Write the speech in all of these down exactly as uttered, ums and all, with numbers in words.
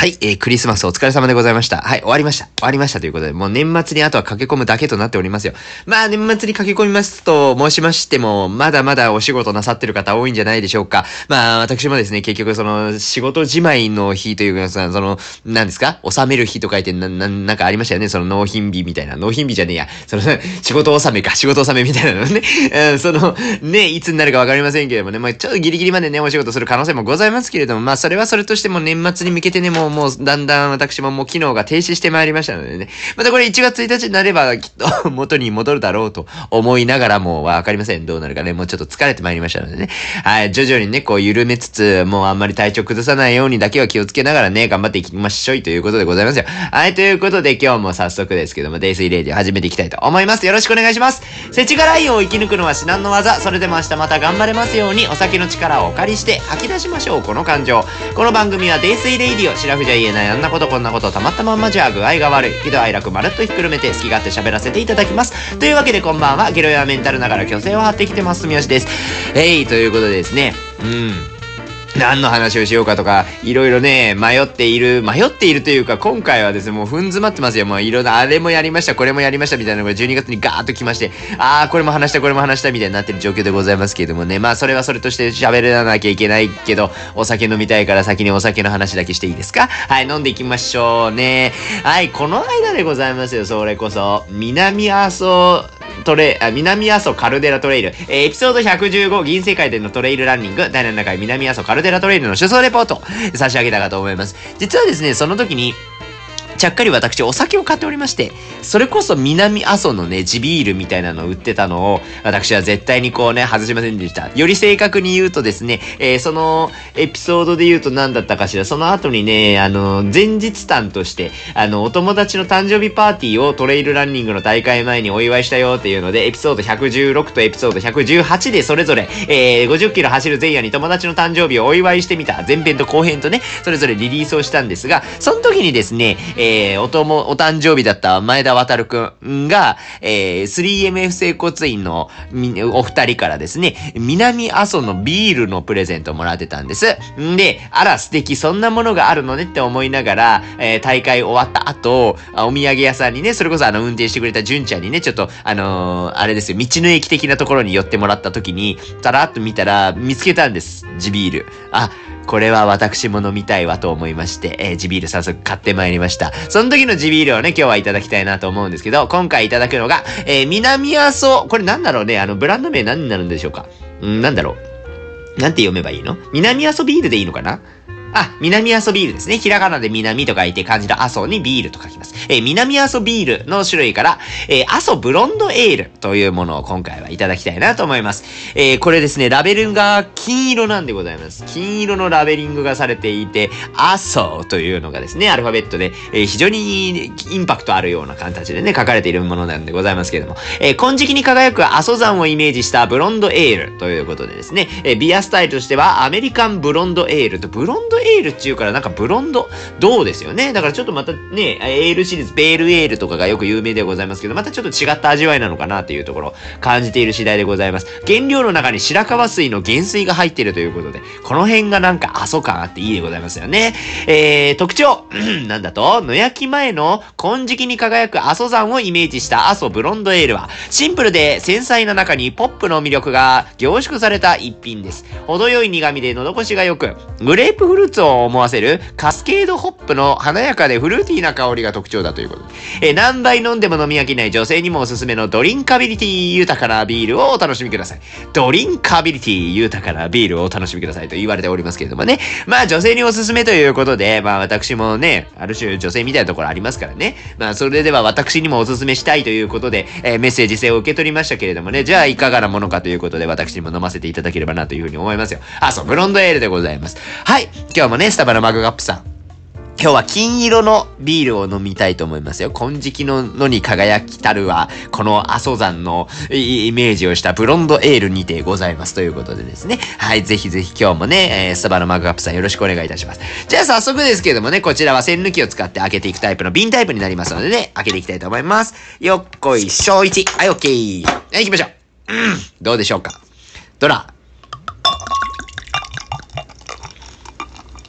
はい、えー、クリスマスお疲れ様でございました。はい、終わりました。終わりましたということで、もう年末にあとは駆け込むだけとなっておりますよ。まあ、年末に駆け込みますと申しましても、まだまだお仕事なさってる方多いんじゃないでしょうか。まあ、私もですね、結局その、仕事じまいの日というかさ、その、何ですか納める日と書いてな、な、なんかありましたよね。その納品日みたいな。納品日じゃねえや。その、仕事納めか。仕事納めみたいなのね。うん、その、ね、いつになるかわかりませんけれどもね。まあ、ちょっとギリギリまでね、お仕事する可能性もございますけれども、まあ、それはそれとしても年末に向けてね、もう、もう、だんだん私ももう機能が停止してまいりましたのでね。またこれいちがつついたちになればきっと元に戻るだろうと思いながらもわかりません。どうなるかね。もうちょっと疲れてまいりましたのでね。はい。徐々にね、こう緩めつつ、もうあんまり体調崩さないようにだけは気をつけながらね、頑張っていきましょうということでございますよ。はい。ということで今日も早速ですけども、デイスリーレディオ始めていきたいと思います。よろしくお願いします。世知辛いを生き抜くのは至難の技。それでも明日また頑張れますように、お酒の力をお借りして吐き出しましょう。この感情。この番組はデイスリーレディオ、シラフじゃ言えないあんなことこんなことたまったまんまじゃ具合が悪い。喜怒哀楽まるっとひっくるめて好き勝手喋らせていただきます。というわけでこんばんは。ゲロやメンタルながら虚勢を張ってきてます。住吉です。えい、ということでですね。うん。何の話をしようかとか、いろいろね、迷っている、迷っているというか、今回はですね、もう踏ん詰まってますよ。もういろんな、あれもやりました、これもやりましたみたいなのがじゅうにがつにガーッと来まして、あー、これも話した、これも話したみたいになってる状況でございますけれどもね。まあ、それはそれとして喋らなきゃいけないけど、お酒飲みたいから先にお酒の話だけしていいですか？はい、飲んでいきましょうね。はい、この間でございますよ、それこそ。南阿蘇、トレ、あ、南阿蘇カルデラトレイル、えー、エピソードひゃくじゅうご、銀世界でのトレイルランニング、だいななかい南阿蘇カルデラトレイルの首相レポート、差し上げたかと思います。実はですね、その時に、ちゃっかり私お酒を買っておりまして、それこそ南阿蘇のね、地ビールみたいなのを売ってたのを、私は絶対にこうね、外しませんでした。より正確に言うとですね、えー、そのエピソードで言うと何だったかしら、その後にね、あの、前日談として、あの、お友達の誕生日パーティーをトレイルランニングの大会前にお祝いしたよっていうので、エピソードひゃくじゅうろくとエピソードひゃくじゅうはちでそれぞれ、えー、ごじゅっキロ走る前夜に友達の誕生日をお祝いしてみた、前編と後編とね、それぞれリリースをしたんですが、その時にですね、えー、お友、お誕生日だった前田渡くんが、えー、スリーエムエフ 整骨院のお二人からですね、南阿蘇のビールのプレゼントをもらってたんです。んで、あら素敵、そんなものがあるのねって思いながら、えー、大会終わった後、お土産屋さんにね、それこそあの運転してくれた純ちゃんにね、ちょっと、あのー、あれですよ、道の駅的なところに寄ってもらった時に、たらっと見たら、見つけたんです。地ビール。あ、これは私も飲みたいわと思いまして、えー、地ビール早速買ってまいりました。その時の地ビールをね、今日はいただきたいなと思うんですけど、今回いただくのが、えー、南阿蘇、これなんだろうね、あの、ブランド名何になるんでしょうか？うん、なんだろう。なんて読めばいいの？南阿蘇ビールでいいのかな？あ、南阿蘇ビールですね。ひらがなで南と書いて漢字の阿蘇にビールと書きます。えー、南阿蘇ビールの種類から、えー、阿蘇ブロンドエールというものを今回はいただきたいなと思います。えー、これですね、ラベルが金色なんでございます。金色のラベリングがされていて、阿蘇というのがですね、アルファベットで、えー、非常にインパクトあるような形でね、書かれているものなんでございますけれども、えー、金色に輝く阿蘇山をイメージしたブロンドエールということでですね、えー、ビアスタイルとしてはアメリカンブロンドエールとブロンドエールっていうからなんかブロンド、どうですよね。だからちょっとまたね、エールシリーズ、ベールエールとかがよく有名でございますけど、またちょっと違った味わいなのかなというところを感じている次第でございます。原料の中に白川水の原水が入っているということで、この辺がなんか阿蘇感あっていいでございますよね。えー、特徴、なんだと、野焼き前の金色に輝く阿蘇山をイメージした阿蘇ブロンドエールは、シンプルで繊細な中にポップの魅力が凝縮された一品です。程よい苦味で喉越しが良く、グレープフルーツを思わせるカスケードホップの華やかでフルーティーな香りが特徴だということで、えー、何杯飲んでも飲み飽きない女性にもおすすめのドリンカビリティ豊かなビールをお楽しみください。ドリンカビリティ豊かなビールをお楽しみくださいと言われておりますけれどもね。まあ女性におすすめということで、まあ私もね、ある種女性みたいなところありますからね。まあそれでは私にもおすすめしたいということで、えー、メッセージ性を受け取りましたけれどもね、じゃあいかがなものかということで私にも飲ませていただければなというふうに思いますよ。あ、そう、ブロンドエールでございます。はい、今日もね、スタバのマグカップさん、今日は金色のビールを飲みたいと思いますよ。金色ののに輝きたるは、この阿蘇山のイメージをしたブロンドエールにてございますということでですね。はい、ぜひぜひ今日もね、えー、スタバのマグカップさんよろしくお願いいたします。じゃあ早速ですけれどもね、こちらは栓抜きを使って開けていくタイプの瓶タイプになりますのでね、開けていきたいと思います。よっこいしょいち。はい、オッケー。はい、行きましょう。うん、どうでしょうか。どら。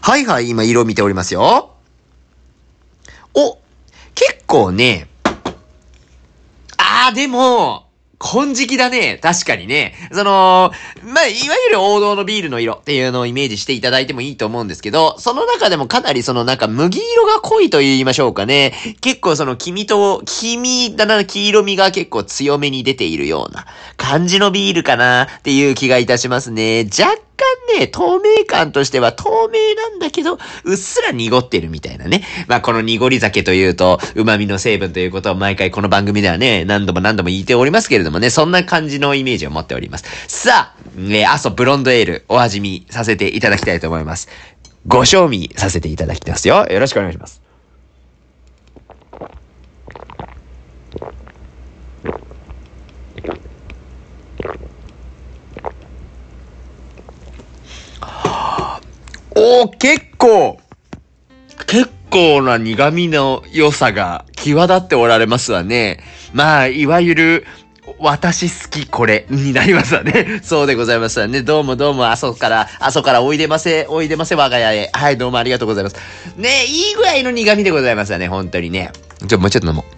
はいはい、今色見ておりますよ。お、結構ね、あーでも、金色だね。確かにね。その、まあ、いわゆる王道のビールの色っていうのをイメージしていただいてもいいと思うんですけど、その中でもかなりそのなんか麦色が濃いと言いましょうかね。結構その黄身と、黄身だな、黄色みが結構強めに出ているような感じのビールかなっていう気がいたしますね。若干ね、透明感としては透明なんだけど、うっすら濁ってるみたいなね。まあ、この濁り酒というと、旨味の成分ということを毎回この番組ではね、何度も何度も言っておりますけれどもね、そんな感じのイメージを持っております。さあ、えー、阿蘇ブロンドエール、お味見させていただきたいと思います。ご賞味させていただきますよ。よろしくお願いします。おー、結構、結構な苦味の良さが際立っておられますわね。まあ、いわゆる、私好きこれになりますわね。そうでございますわね。どうもどうも、阿蘇から、阿蘇からおいでませ、おいでませ我が家へ。はい、どうもありがとうございます。ね、いい具合の苦味でございますわね、本当にね。ちょ、もうちょっと飲も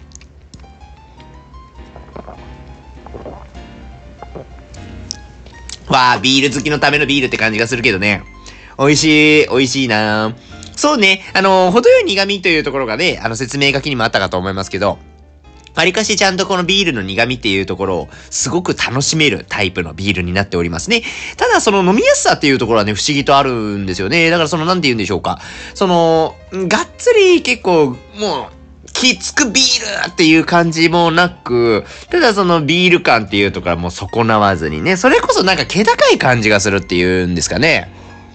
う。わあ、ビール好きのためのビールって感じがするけどね。美味しい、美味しいなぁ。そうね、あの、程よい苦味というところがね、あの説明書きにもあったかと思いますけど、わりかしちゃんとこのビールの苦味っていうところをすごく楽しめるタイプのビールになっておりますね。ただその飲みやすさっていうところはね、不思議とあるんですよね。だからそのなんて言うんでしょうか。その、がっつり結構もう、きつくビールっていう感じもなく、ただそのビール感っていうところはもう損なわずにね、それこそなんか気高い感じがするっていうんですかね。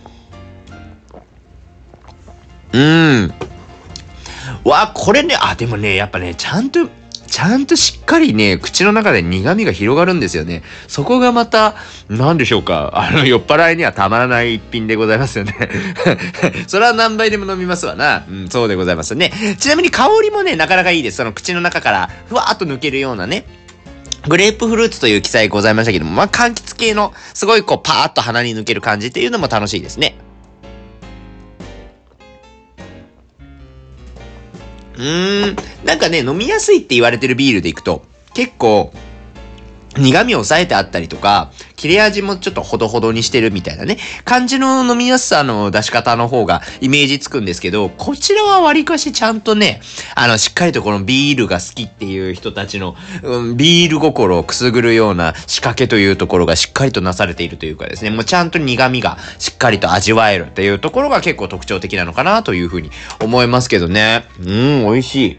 うーん。わ、これね、あ、でもね、やっぱね、ちゃんと、ちゃんとしっかりね、口の中で苦味が広がるんですよね。そこがまた、なんでしょうか。あの、酔っ払いにはたまらない一品でございますよね。それは何杯でも飲みますわな。うん、そうでございますよね。ちなみに香りもね、なかなかいいです。その口の中から、ふわーっと抜けるようなね。グレープフルーツという記載ございましたけども、まあ、柑橘系の、すごいこう、パーッと鼻に抜ける感じっていうのも楽しいですね。うーん。なんかね、飲みやすいって言われてるビールでいくと、結構、苦味を抑えてあったりとか、切れ味もちょっとほどほどにしてるみたいなね、感じの飲みやすさの出し方の方がイメージつくんですけど、こちらは割かしちゃんとね、あの、しっかりとこのビールが好きっていう人たちの、うん、ビール心をくすぐるような仕掛けというところがしっかりとなされているというかですね、もうちゃんと苦味がしっかりと味わえるっていうところが結構特徴的なのかなというふうに思いますけどね。うん、美味しい。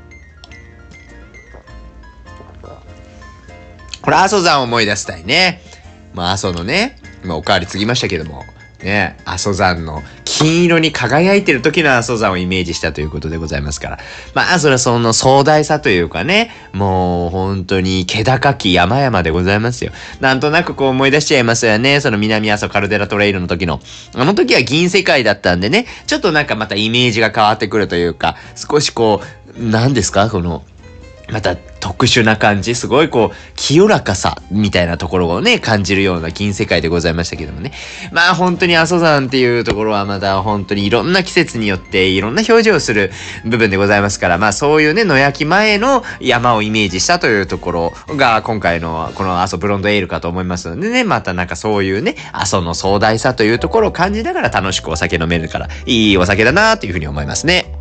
これ、阿蘇山を思い出したいね。まあ、阿蘇のね、今おかわり継ぎましたけども、ね、阿蘇山の金色に輝いてる時の阿蘇山をイメージしたということでございますから。まあ、それはその壮大さというかね、もう本当に気高き山々でございますよ。なんとなくこう思い出しちゃいますよね。その南阿蘇カルデラトレイルの時の。あの時は銀世界だったんでね、ちょっとなんかまたイメージが変わってくるというか、少しこう、何ですかこの、また特殊な感じ、すごいこう、清らかさみたいなところをね、感じるような銀世界でございましたけどもね。まあ本当に阿蘇山っていうところはまた本当にいろんな季節によっていろんな表情をする部分でございますから、まあそういうね、野焼き前の山をイメージしたというところが今回のこの阿蘇ブロンドエールかと思いますのでね、またなんかそういうね、阿蘇の壮大さというところを感じながら楽しくお酒飲めるから、いいお酒だなというふうに思いますね。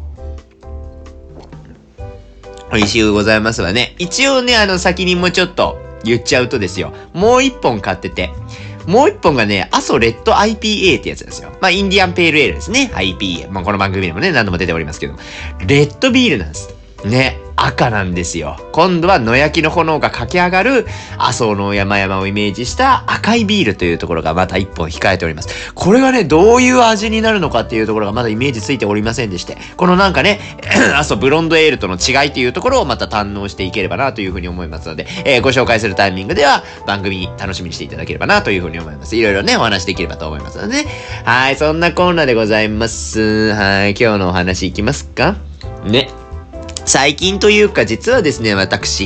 美味しゅうございますわね。一応ね、あの、先にもうちょっと言っちゃうとですよ。もう一本買ってて。もう一本がね、阿蘇レッド アイピーエー ってやつですよ。まあ、インディアンペールエールですね。アイピーエー。まあ、この番組でもね、何度も出ておりますけど。レッドビールなんです。ね。赤なんですよ。今度は野焼きの炎が駆け上がる阿蘇の山々をイメージした赤いビールというところがまた一本控えております。これがね、どういう味になるのかっていうところがまだイメージついておりませんでして、このなんかね、阿蘇ブロンドエールとの違いというところをまた堪能していければなというふうに思いますので、えー、ご紹介するタイミングでは番組楽しみにしていただければなというふうに思います。いろいろね、お話できればと思いますのでね。はい、そんなコーナーでございます。はい、今日のお話いきますかね。最近というか実はですね、私、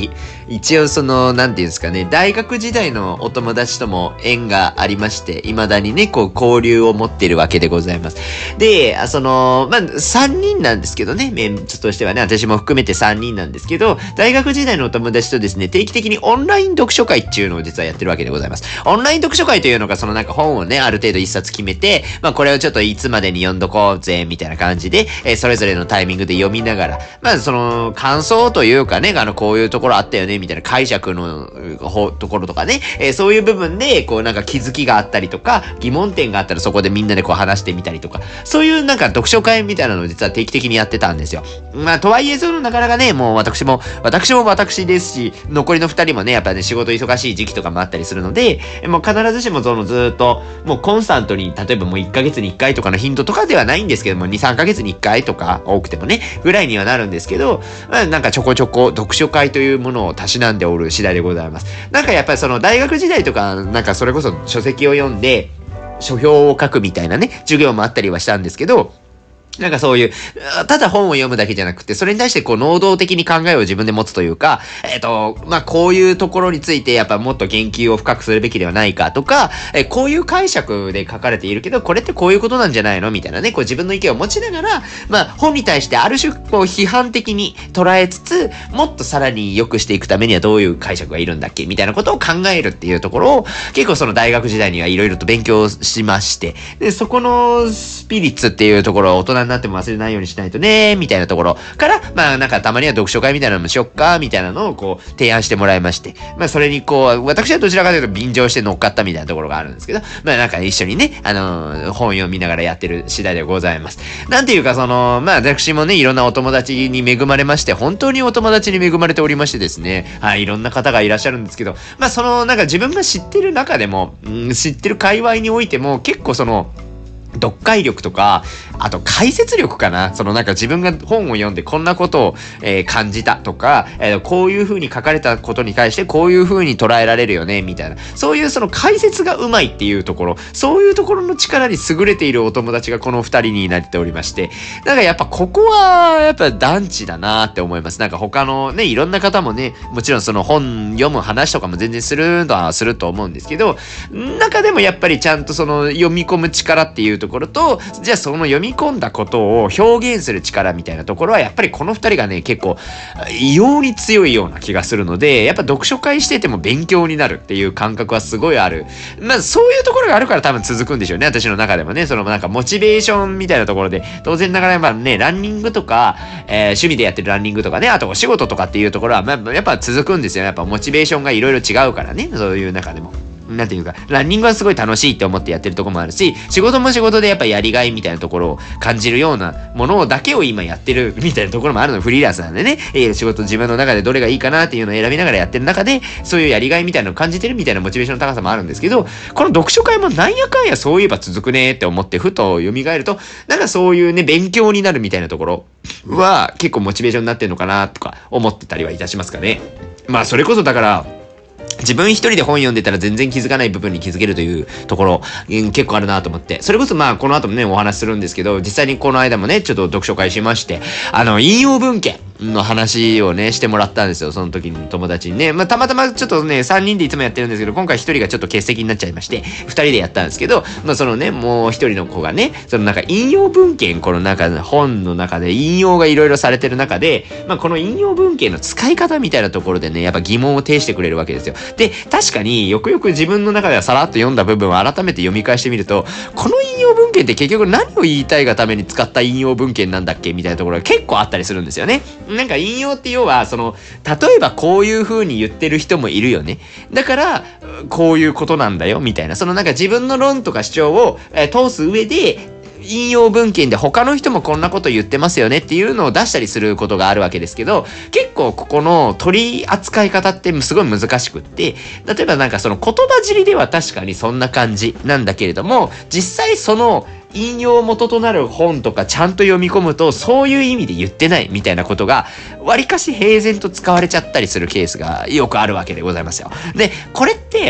一応その、なんていうんですかね、大学時代のお友達とも縁がありまして、未だにね、こう、交流を持っているわけでございます。で、その、まあ、さんにんなんですけどね、メンツとしてはね、私も含めてさんにんなんですけど、大学時代のお友達とですね、定期的にオンライン読書会っていうのを実はやってるわけでございます。オンライン読書会というのが、そのなんか本をね、ある程度一冊決めて、まあ、これをちょっといつまでに読んどこうぜ、みたいな感じで、えー、それぞれのタイミングで読みながら、まあ、その、感想というかね、あの、こういうところあったよね、みたいな解釈の、ところとかね、えー、そういう部分で、こうなんか気づきがあったりとか、疑問点があったらそこでみんなでこう話してみたりとか、そういうなんか読書会みたいなのを実は定期的にやってたんですよ。まあ、とはいえ、そのなかなかね、もう私も、私も私ですし、残りの二人もね、やっぱね、仕事忙しい時期とかもあったりするので、もう必ずしもそのずっと、もうコンスタントに、例えばもういっかげつにいっかいとかの頻度とかではないんですけども、に、さんかげつにいっかいとか、多くてもね、ぐらいにはなるんですけど、まあ、なんかちょこちょこ読書会というものをたしなんでおる次第でございます。なんかやっぱりその大学時代とか、なんかそれこそ書籍を読んで、書評を書くみたいなね、授業もあったりはしたんですけど、なんかそういう、ただ本を読むだけじゃなくて、それに対してこう能動的に考えを自分で持つというか、えっと、まあ、こういうところについてやっぱもっと研究を深くするべきではないかとか、えこういう解釈で書かれているけど、これってこういうことなんじゃないのみたいなね、こう自分の意見を持ちながら、まあ、本に対してある種こう批判的に捉えつつ、もっとさらに良くしていくためにはどういう解釈がいるんだっけみたいなことを考えるっていうところを、結構その大学時代にはいろいろと勉強しまして、で、そこのスピリッツっていうところを大人になっても忘れないようにしないとね、みたいなところから、まあなんかたまには読書会みたいなのもしよっか、みたいなのをこう提案してもらいまして、まあそれにこう、私はどちらかというと便乗して乗っかったみたいなところがあるんですけど、まあなんか一緒にね、あのー、本読みながらやってる次第でございます。なんていうかその、まあ私もね、いろんなお友達に恵まれまして、本当にお友達に恵まれておりましてですね、はい、いろんな方がいらっしゃるんですけど、まあその、なんか自分が知ってる中でも、うん、知ってる界隈においても、結構その、読解力とか、あと解説力かな。そのなんか自分が本を読んでこんなことを、えー、感じたとか、えー、こういう風に書かれたことに対してこういう風に捉えられるよね、みたいな。そういうその解説がうまいっていうところ、そういうところの力に優れているお友達がこの二人になっておりまして、なんかやっぱここはやっぱ団地だなって思います。なんか他のね、いろんな方もね、もちろんその本読む話とかも全然するとはすると思うんですけど、中でもやっぱりちゃんとその読み込む力っていうところと、じゃあその読み込んだことを表現する力みたいなところはやっぱりこの二人がね結構異様に強いような気がするので、やっぱ読書会してても勉強になるっていう感覚はすごいある。まあそういうところがあるから多分続くんでしょうね、私の中でもね。そのなんかモチベーションみたいなところで、当然ながらやっぱね、ランニングとか、えー、趣味でやってるランニングとかね、あとお仕事とかっていうところは、まあ、やっぱ続くんですよ。やっぱモチベーションがいろいろ違うからね、そういう中でも。なんていうか、ランニングはすごい楽しいって思ってやってるところもあるし、仕事も仕事でやっぱやりがいみたいなところを感じるようなものだけを今やってるみたいなところもあるの。フリーランスなんでね、えー、仕事自分の中でどれがいいかなっていうのを選びながらやってる中で、そういうやりがいみたいなのを感じてるみたいなモチベーションの高さもあるんですけど、この読書会もなんやかんやそういえば続くねって思ってふと蘇ると、なんかそういうね、勉強になるみたいなところは結構モチベーションになってるのかなとか思ってたりはいたしますかね。まあそれこそだから、自分一人で本読んでたら全然気づかない部分に気づけるというところ、うん、結構あるなと思って。それこそまあこの後もねお話しするんですけど、実際にこの間もねちょっと読書会しまして、あの引用文献の話をねしてもらったんですよ。その時に友達にね、まあたまたまちょっとねさんにんでいつもやってるんですけど、今回ひとりがちょっと欠席になっちゃいまして、ふたりでやったんですけど、まあそのねもうひとりの子がね、そのなんか引用文献、このなんか本の中で引用がいろいろされてる中で、まあこの引用文献の使い方みたいなところでねやっぱ疑問を呈してくれるわけですよ。で確かによくよく自分の中ではさらっと読んだ部分を改めて読み返してみると、この引用文献って結局何を言いたいがために使った引用文献なんだっけみたいなところが結構あったりするんですよね。なんか引用って要はその例えばこういう風に言ってる人もいるよね、だからこういうことなんだよみたいな、そのなんか自分の論とか主張を、えー、通す上で引用文献で他の人もこんなこと言ってますよねっていうのを出したりすることがあるわけですけど、結構ここの取り扱い方ってすごい難しくって、例えばなんかその言葉尻では確かにそんな感じなんだけれども、実際その引用元となる本とかちゃんと読み込むとそういう意味で言ってないみたいなことがわりかし平然と使われちゃったりするケースがよくあるわけでございますよ。でこれって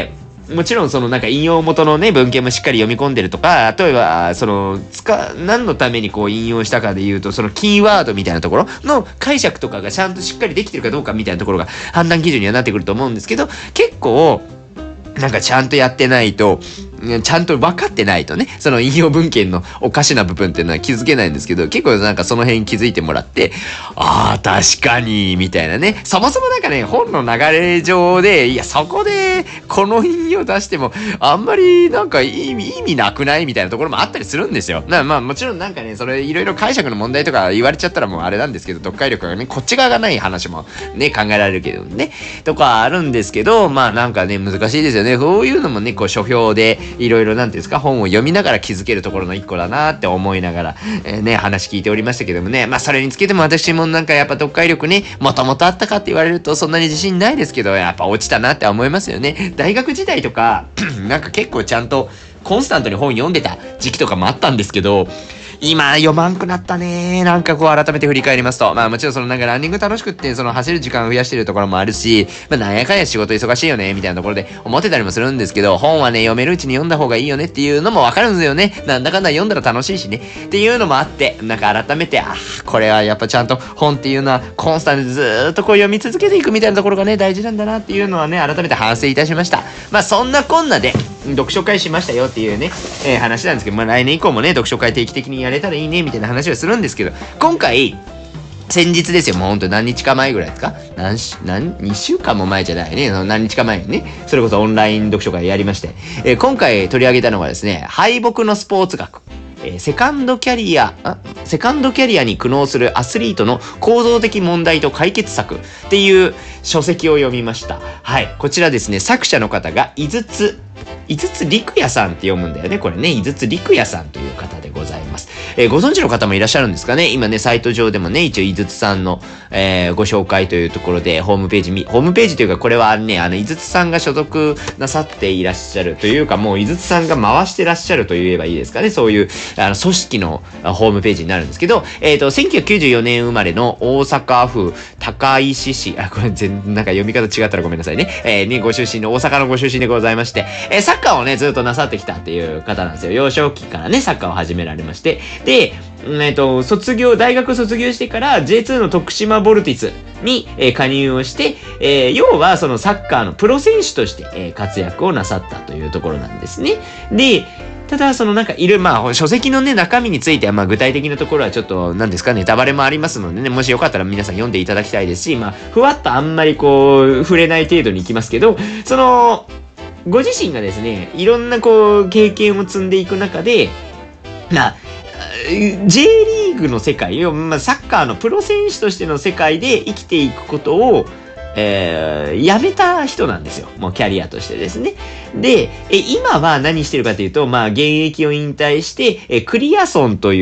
もちろんそのなんか引用元のね、文献もしっかり読み込んでるとか、例えば、その、つか、何のためにこう引用したかで言うと、そのキーワードみたいなところの解釈とかがちゃんとしっかりできてるかどうかみたいなところが判断基準にはなってくると思うんですけど、結構、なんかちゃんとやってないと、ちゃんと分かってないとね、その引用文献のおかしな部分っていうのは気づけないんですけど、結構なんかその辺気づいてもらって、ああ、確かに、みたいなね。そもそもなんかね、本の流れ上で、いや、そこで、この引用出しても、あんまりなんか意味、意味なくないみたいなところもあったりするんですよ。なまあもちろんなんかね、それいろいろ解釈の問題とか言われちゃったらもうあれなんですけど、読解力がね、こっち側がない話もね、考えられるけどね、とかあるんですけど、まあなんかね、難しいですよね。こういうのもね、こう書評で、いろいろなんていうんですか、本を読みながら気づけるところの一個だなって思いながら、えー、ね、話聞いておりましたけどもね、まあそれにつけても私もなんかやっぱ読解力ね、もともとあったかって言われるとそんなに自信ないですけど、やっぱ落ちたなって思いますよね。大学時代とか、なんか結構ちゃんとコンスタントに本読んでた時期とかもあったんですけど、今読まんくなったね。なんかこう改めて振り返りますと。まあもちろんそのなんかランニング楽しくってその走る時間を増やしてるところもあるし、まあなんやかんや仕事忙しいよね、みたいなところで思ってたりもするんですけど、本はね、読めるうちに読んだ方がいいよねっていうのもわかるんですよね。なんだかんだ読んだら楽しいしね。っていうのもあって、なんか改めて、あ、これはやっぱちゃんと本っていうのはコンスタントにずーっとこう読み続けていくみたいなところがね、大事なんだなっていうのはね、改めて反省いたしました。まあそんなこんなで、読書会しましたよっていうね、えー、話なんですけど、まあ来年以降もね、読書会定期的にやれたらいいね、みたいな話はするんですけど、今回、先日ですよ、もうほんと何日か前ぐらいですか何し、何、にしゅうかんも前じゃないね。何日か前にね、それこそオンライン読書会やりまして、えー、今回取り上げたのがですね、敗北のスポーツ学。えー、セカンドキャリア、あ、セカンドキャリアに苦悩するアスリートの構造的問題と解決策っていう書籍を読みました。はい。こちらですね、作者の方が井筒、井筒陸也さんって読むんだよね。これね、井筒陸也さんという方でございます。えー、ご存知の方もいらっしゃるんですかね。今ね、サイト上でもね、一応井筒さんの、えー、ご紹介というところで、ホームページみ、ホームページというか、これはね、あの、井筒さんが所属なさっていらっしゃるというか、もう井筒さんが回してらっしゃると言えばいいですかね。そういう、あの、組織のホームページになるんですけど、えっと、せんきゅうひゃくきゅうじゅうよねん生まれの大阪府高石市、あ、これ全、なんか読み方違ったらごめんなさいね。えー、ね、ご出身の、大阪のご出身でございまして、えー、サッカーをね、ずっとなさってきたっていう方なんですよ。幼少期からね、サッカーを始められまして、で、えっと、卒業、大学卒業してから ジェイツー の徳島ボルティスに、えー、加入をして、えー、要はそのサッカーのプロ選手として、えー、活躍をなさったというところなんですね。で、ただ、そのなんかいる、まあ、書籍のね、中身については、まあ、具体的なところはちょっと、なんですか、ネタバレもありますのでね、もしよかったら皆さん読んでいただきたいですし、まあ、ふわっとあんまりこう、触れない程度にいきますけど、その、ご自身がですね、いろんなこう、経験を積んでいく中で、まあ、J リーグの世界を、まあ、サッカーのプロ選手としての世界で生きていくことを、えー、やめた人なんですよ。もうキャリアとしてですね。で、え今は何してるかというと、まあ、現役を引退して、えクリアソンという、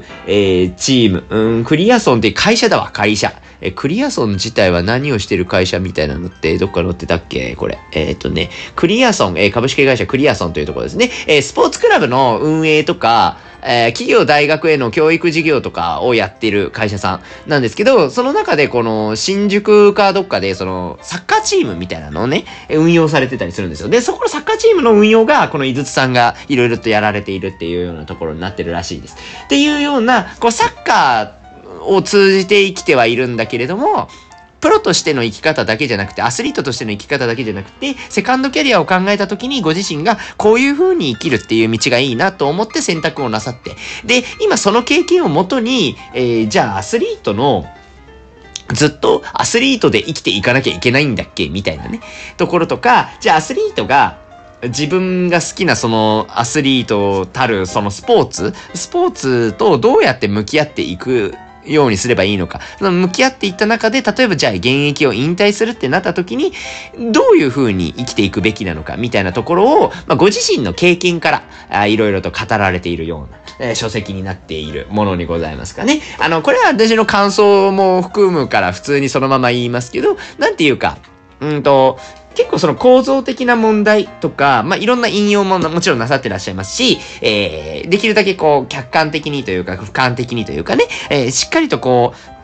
えー、チーム、うん、クリアソンって会社だわ、会社。え、クリアソン自体は何をしてる会社みたいなのってどっか載ってたっけこれ。えっとね、クリアソン、えー、株式会社クリアソンというところですね。えー、スポーツクラブの運営とか、えー、企業大学への教育事業とかをやっている会社さんなんですけど、その中でこの新宿かどっかでそのサッカーチームみたいなのをね、運用されてたりするんですよ。で、そこのサッカーチームの運用がこの井筒さんがいろいろとやられているっていうようなところになってるらしいです。っていうような、こうサッカーを通じて生きてはいるんだけれども、プロとしての生き方だけじゃなくて、アスリートとしての生き方だけじゃなくて、セカンドキャリアを考えた時にご自身がこういう風に生きるっていう道がいいなと思って選択をなさって。で、今その経験をもとに、えー、じゃあアスリートのずっとアスリートで生きていかなきゃいけないんだっけみたいなね、ところとか、じゃあアスリートが自分が好きなそのアスリートたるそのスポーツ、スポーツとどうやって向き合っていくようにすればいいのか。その向き合っていった中で、例えばじゃあ現役を引退するってなった時に、どういう風に生きていくべきなのか、みたいなところを、まあ、ご自身の経験から、あいろいろと語られているような、えー、書籍になっているものにございますかね。あの、これは私の感想も含むから普通にそのまま言いますけど、なんていうか、うんと、結構その構造的な問題とか、まあ、いろんな引用ももちろんなさってらっしゃいますし、えー、できるだけこう、客観的にというか、俯瞰的にというかね、えー、しっかりとこう、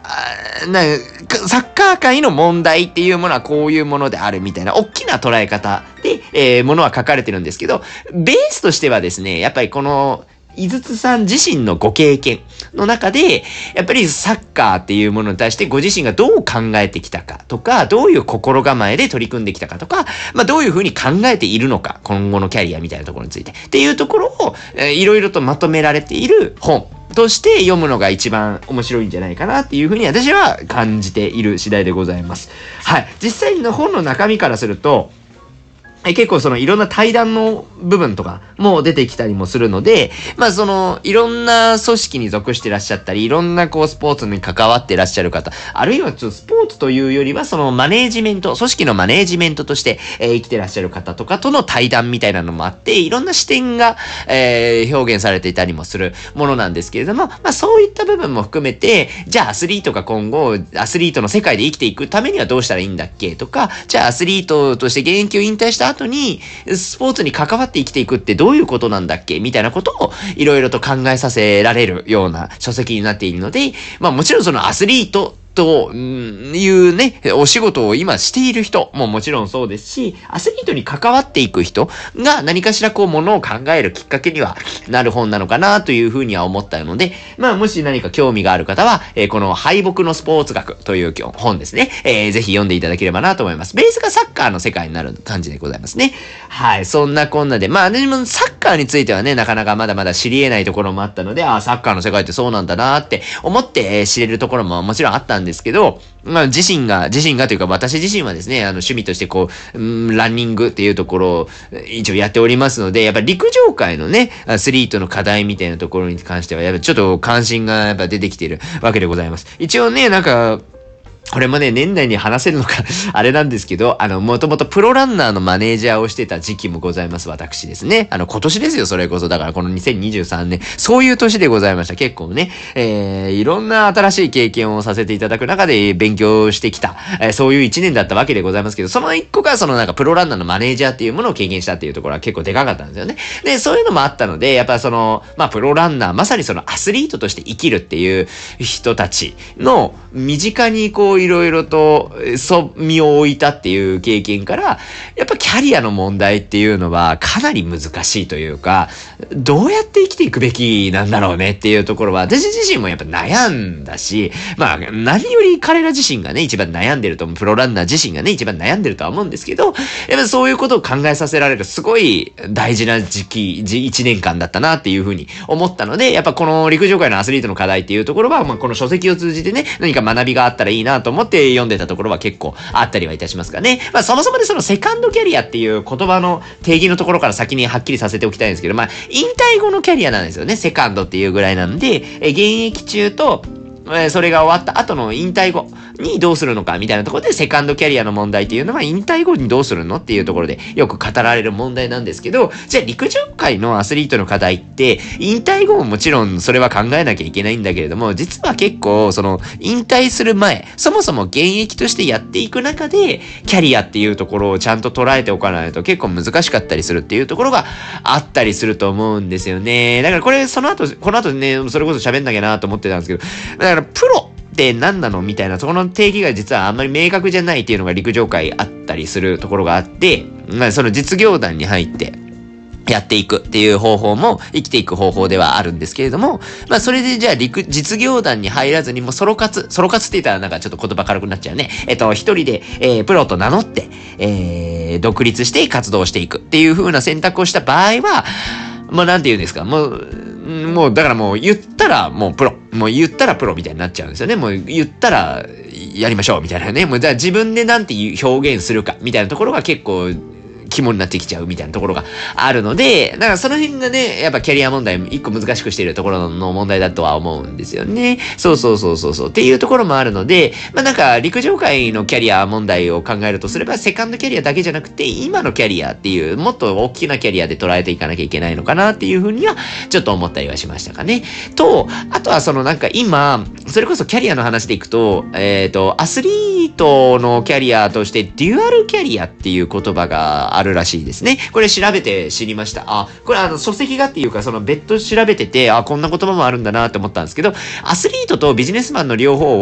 な、サッカー界の問題っていうものはこういうものであるみたいな、大きな捉え方で、えー、ものは書かれてるんですけど、ベースとしてはですね、やっぱりこの、井筒さん自身のご経験の中で、やっぱりサッカーっていうものに対してご自身がどう考えてきたかとか、どういう心構えで取り組んできたかとか、まあどういうふうに考えているのか、今後のキャリアみたいなところについて。っていうところを、えー、いろいろとまとめられている本として読むのが一番面白いんじゃないかなっていうふうに私は感じている次第でございます。はい。実際の本の中身からすると、え結構そのいろんな対談の部分とかも出てきたりもするので、まあそのいろんな組織に属してらっしゃったり、いろんなこうスポーツに関わってらっしゃる方、あるいはちょっとスポーツというよりはそのマネージメント、組織のマネージメントとして、えー、生きてらっしゃる方とかとの対談みたいなのもあって、いろんな視点が、えー、表現されていたりもするものなんですけれども、まあそういった部分も含めて、じゃあアスリートが今後、アスリートの世界で生きていくためにはどうしたらいいんだっけとか、じゃあアスリートとして現役を引退した後にスポーツに関わって生きていくってどういうことなんだっけみたいなことをいろいろと考えさせられるような書籍になっているので、まあもちろんそのアスリートというね、お仕事を今している人ももちろんそうですし、アスリートに関わっていく人が何かしらこうものを考えるきっかけにはなる本なのかなというふうには思ったので、まあもし何か興味がある方は、えー、この敗北のスポーツ学という本ですね、えー、ぜひ読んでいただければなと思います。ベースがサッカーの世界になる感じでございますね。はい、そんなこんなで、まあ私もサッカーについてはね、なかなかまだまだ知り得ないところもあったので、ああ、サッカーの世界ってそうなんだなって思って、えー、知れるところももちろんあったんですですけど、まあ自身が、自身がというか私自身はですね、あの趣味としてこう、うん、ランニングっていうところを一応やっておりますので、やっぱり陸上界のね、アスリートの課題みたいなところに関しては、やっぱちょっと関心がやっぱ出てきているわけでございます。一応ね、なんか、これもね、年内に話せるのかあれなんですけど、あの、もともとプロランナーのマネージャーをしてた時期もございます、私ですね。あの、今年ですよ、それこそ。だからこのにせんにじゅうさんねん、そういう年でございました。結構ね、えー、いろんな新しい経験をさせていただく中で勉強してきた、えー、そういう一年だったわけでございますけど、その一個がそのなんかプロランナーのマネージャーっていうものを経験したっていうところは結構でかかったんですよね。で、そういうのもあったので、やっぱその、まあ、プロランナー、まさにそのアスリートとして生きるっていう人たちの身近にこういろいろとそ、身を置いたっていう経験から、やっぱキャリアの問題っていうのはかなり難しいというか、どうやって生きていくべきなんだろうねっていうところは、私自身もやっぱ悩んだし、まあ、何より彼ら自身がね、一番悩んでると思う、プロランナー自身がね、一番悩んでるとは思うんですけど、やっぱそういうことを考えさせられる、すごい大事な時期、一年間だったなっていうふうに思ったので、やっぱこの陸上界のアスリートの課題っていうところは、まあ、この書籍を通じてね、何か学びがあったらいいなと思って読んでたところは結構あったりはいたしますかね。まあそもそもでそのセカンドキャリアっていう言葉の定義のところから先にはっきりさせておきたいんですけど、まあ引退後のキャリアなんですよね。セカンドっていうぐらいなんで、え現役中とえそれが終わった後の引退後にどうするのかみたいなところでセカンドキャリアの問題っていうのは引退後にどうするのっていうところでよく語られる問題なんですけど、じゃあ陸上界のアスリートの課題って引退後ももちろんそれは考えなきゃいけないんだけれども、実は結構その引退する前、そもそも現役としてやっていく中でキャリアっていうところをちゃんと捉えておかないと結構難しかったりするっていうところがあったりすると思うんですよね。だからこれその後、この後ね、それこそ喋んなきゃなと思ってたんですけど、だからプロって何なのみたいな、そこの定義が実はあんまり明確じゃないっていうのが陸上界あったりするところがあって、まあその実業団に入ってやっていくっていう方法も生きていく方法ではあるんですけれども、まあそれでじゃあ陸、実業団に入らずにもソロ活、ソロ活って言ったらなんかちょっと言葉軽くなっちゃうね。えっと、一人で、えー、プロと名乗って、えー、独立して活動していくっていう風な選択をした場合は、まあなんて言うんですか、もう、もうだからもう言ったらもうプロ、もう言ったらプロみたいになっちゃうんですよね。もう言ったらやりましょうみたいなね。もうじゃあ自分でなんて表現するかみたいなところが結構肝になってきちゃうみたいなところがあるので、だからその辺がね、やっぱキャリア問題一個難しくしているところの問題だとは思うんですよね。そうそうそうそうそうっていうところもあるので、まあなんか陸上界のキャリア問題を考えるとすればセカンドキャリアだけじゃなくて今のキャリアっていうもっと大きなキャリアで捉えていかなきゃいけないのかなっていうふうにはちょっと思ったりはしましたかね。と、あとはそのなんか今、それこそキャリアの話でいくと、えっと、アスリートのキャリアとしてデュアルキャリアっていう言葉があるらしいですね。これ調べて知りました。あ、これあの書籍がっていうかその別途調べてて、あ、こんな言葉もあるんだなって思ったんですけど、アスリートとビジネスマンの両方を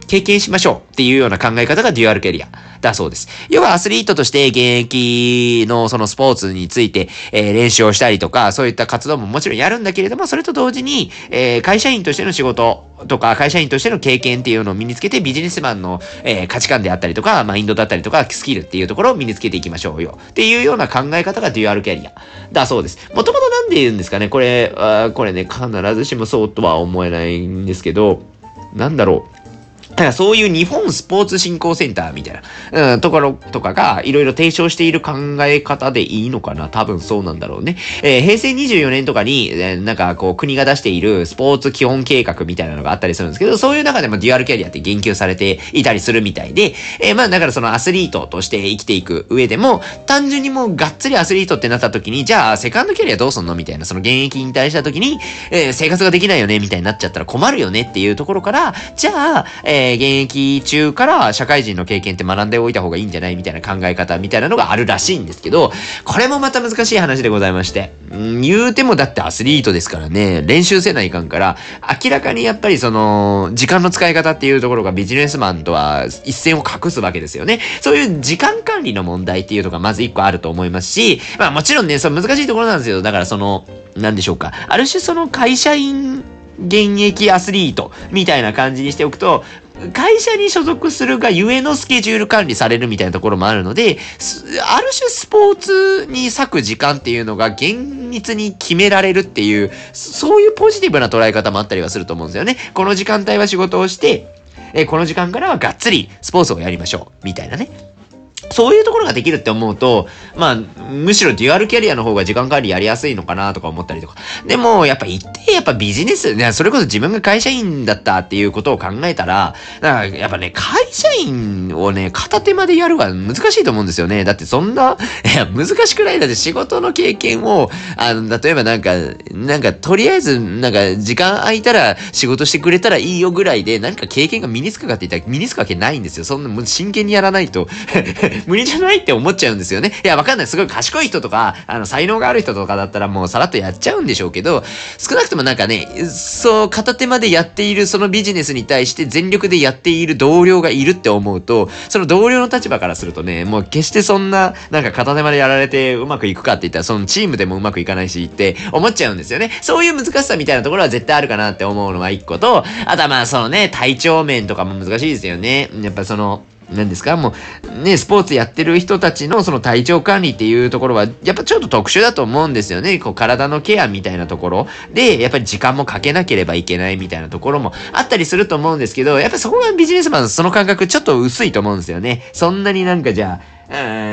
経験しましょうっていうような考え方がデュアルキャリアだそうです。要はアスリートとして現役のそのスポーツについて、えー、練習をしたりとか、そういった活動ももちろんやるんだけれども、それと同時に、えー、会社員としての仕事とか、会社員としての経験っていうのを身につけて、ビジネスマンの、えー、価値観であったりとか、マインドだったりとか、スキルっていうところを身につけていきましょうよ。っていうような考え方がデュアルキャリアだそうです。もともとなんで言うんですかね、これ、あこれね、必ずしもそうとは思えないんですけど、なんだろう。だからそういう日本スポーツ振興センターみたいな、うん、ところとかがいろいろ提唱している考え方でいいのかな。多分そうなんだろうね。えー、へいせいにじゅうよねんとかに、えー、なんかこう国が出しているスポーツ基本計画みたいなのがあったりするんですけど、そういう中でもデュアルキャリアって言及されていたりするみたいで、えー、まあだからそのアスリートとして生きていく上でも、単純にもうがっつりアスリートってなった時に、じゃあセカンドキャリアどうすんのみたいな、その現役引退した時に、えー、生活ができないよねみたいになっちゃったら困るよねっていうところから、じゃあ、えー、現役中から社会人の経験って学んでおいた方がいいんじゃないみたいな考え方みたいなのがあるらしいんですけど、これもまた難しい話でございまして、ん言うてもだってアスリートですからね、練習せないかんから、明らかにやっぱりその、時間の使い方っていうところがビジネスマンとは一線を画すわけですよね。そういう時間管理の問題っていうのがまず一個あると思いますし、まあもちろんね、その難しいところなんですよ。だからその、なんでしょうか。ある種その会社員、現役アスリートみたいな感じにしておくと、会社に所属するがゆえのスケジュール管理されるみたいなところもあるので、ある種スポーツに割く時間っていうのが厳密に決められるっていう、そういうポジティブな捉え方もあったりはすると思うんですよね。この時間帯は仕事をして、えこの時間からはがっつりスポーツをやりましょうみたいなね。そういうところができるって思うと、まあ、むしろデュアルキャリアの方が時間管理やりやすいのかなとか思ったりとか。でも、やっぱ一定やっぱビジネス、ね、それこそ自分が会社員だったっていうことを考えたら、だからやっぱね、会社員をね、片手までやるは難しいと思うんですよね。だってそんな、いや、難しくない。だって仕事の経験を、あの、例えばなんか、なんか、とりあえず、なんか、時間空いたら仕事してくれたらいいよぐらいで、何か経験が身につくかって言ったら身につくわけないんですよ。そんな、もう真剣にやらないと。無理じゃないって思っちゃうんですよね。いや、わかんない。すごい賢い人とか、あの、才能がある人とかだったらもうさらっとやっちゃうんでしょうけど、少なくともなんかね、そう、片手までやっているそのビジネスに対して全力でやっている同僚がいるって思うと、その同僚の立場からするとね、もう決してそんな、なんか片手までやられてうまくいくかって言ったら、そのチームでもうまくいかないしって思っちゃうんですよね。そういう難しさみたいなところは絶対あるかなって思うのが一個と、あとはまあそのね、体調面とかも難しいですよね。やっぱその、何ですかもう、ね、スポーツやってる人たちのその体調管理っていうところは、やっぱちょっと特殊だと思うんですよね。こう、体のケアみたいなところで、やっぱり時間もかけなければいけないみたいなところもあったりすると思うんですけど、やっぱそこがビジネスマンその感覚ちょっと薄いと思うんですよね。そんなになんかじゃあ、うん、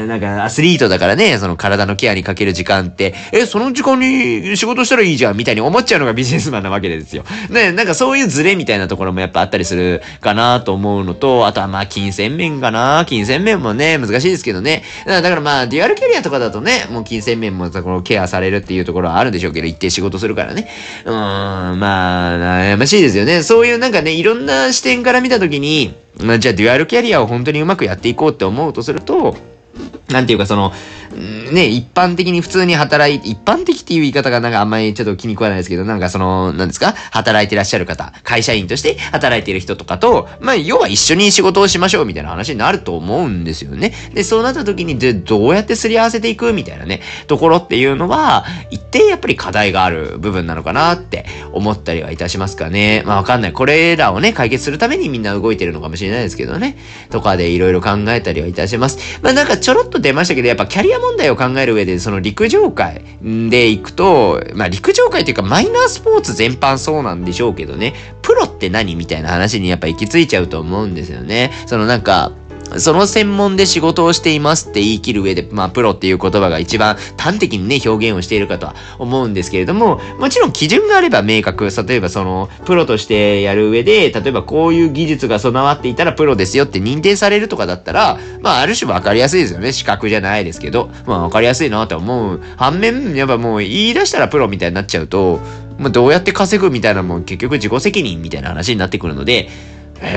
なんかアスリートだからね、その体のケアにかける時間って、え、その時間に仕事したらいいじゃんみたいに思っちゃうのがビジネスマンなわけですよ。ね、なんかそういうズレみたいなところもやっぱあったりするかなと思うのと、あとはまあ金銭面かな。金銭面もね、難しいですけどね。だからまあデュアルキャリアとかだとね、もう金銭面もこのケアされるっていうところはあるんでしょうけど、一定仕事するからね。うーん、まあ、悩ましいですよね。そういうなんかね、いろんな視点から見たときに、まあ、じゃあデュアルキャリアを本当にうまくやっていこうって思うとすると、なんていうかその、ね、一般的に普通に働いて、一般的っていう言い方がなんかあんまりちょっと気に食わないですけど、なんかその、なんですか働いてらっしゃる方、会社員として働いている人とかと、まあ、要は一緒に仕事をしましょうみたいな話になると思うんですよね。で、そうなった時に、で、どうやってすり合わせていくみたいなね、ところっていうのは、一定やっぱり課題がある部分なのかなって思ったりはいたしますかね。まあ、わかんない。これらをね、解決するためにみんな動いてるのかもしれないですけどね。とかでいろいろ考えたりはいたします。まあ、なんかちょろっと出ましたけど、やっぱキャリア問題を考える上で、その陸上界で行くと、まあ陸上界というかマイナースポーツ全般そうなんでしょうけどね、プロって何みたいな話にやっぱ行き着いちゃうと思うんですよね。そのなんか、その専門で仕事をしていますって言い切る上で、まあ、プロっていう言葉が一番端的にね、表現をしているかとは思うんですけれども、もちろん基準があれば明確。例えばその、プロとしてやる上で、例えばこういう技術が備わっていたらプロですよって認定されるとかだったら、まあ、ある種わかりやすいですよね。資格じゃないですけど、まあ、わかりやすいなって思う。反面、やっぱもう言い出したらプロみたいになっちゃうと、まあ、どうやって稼ぐみたいなもん結局自己責任みたいな話になってくるので、えー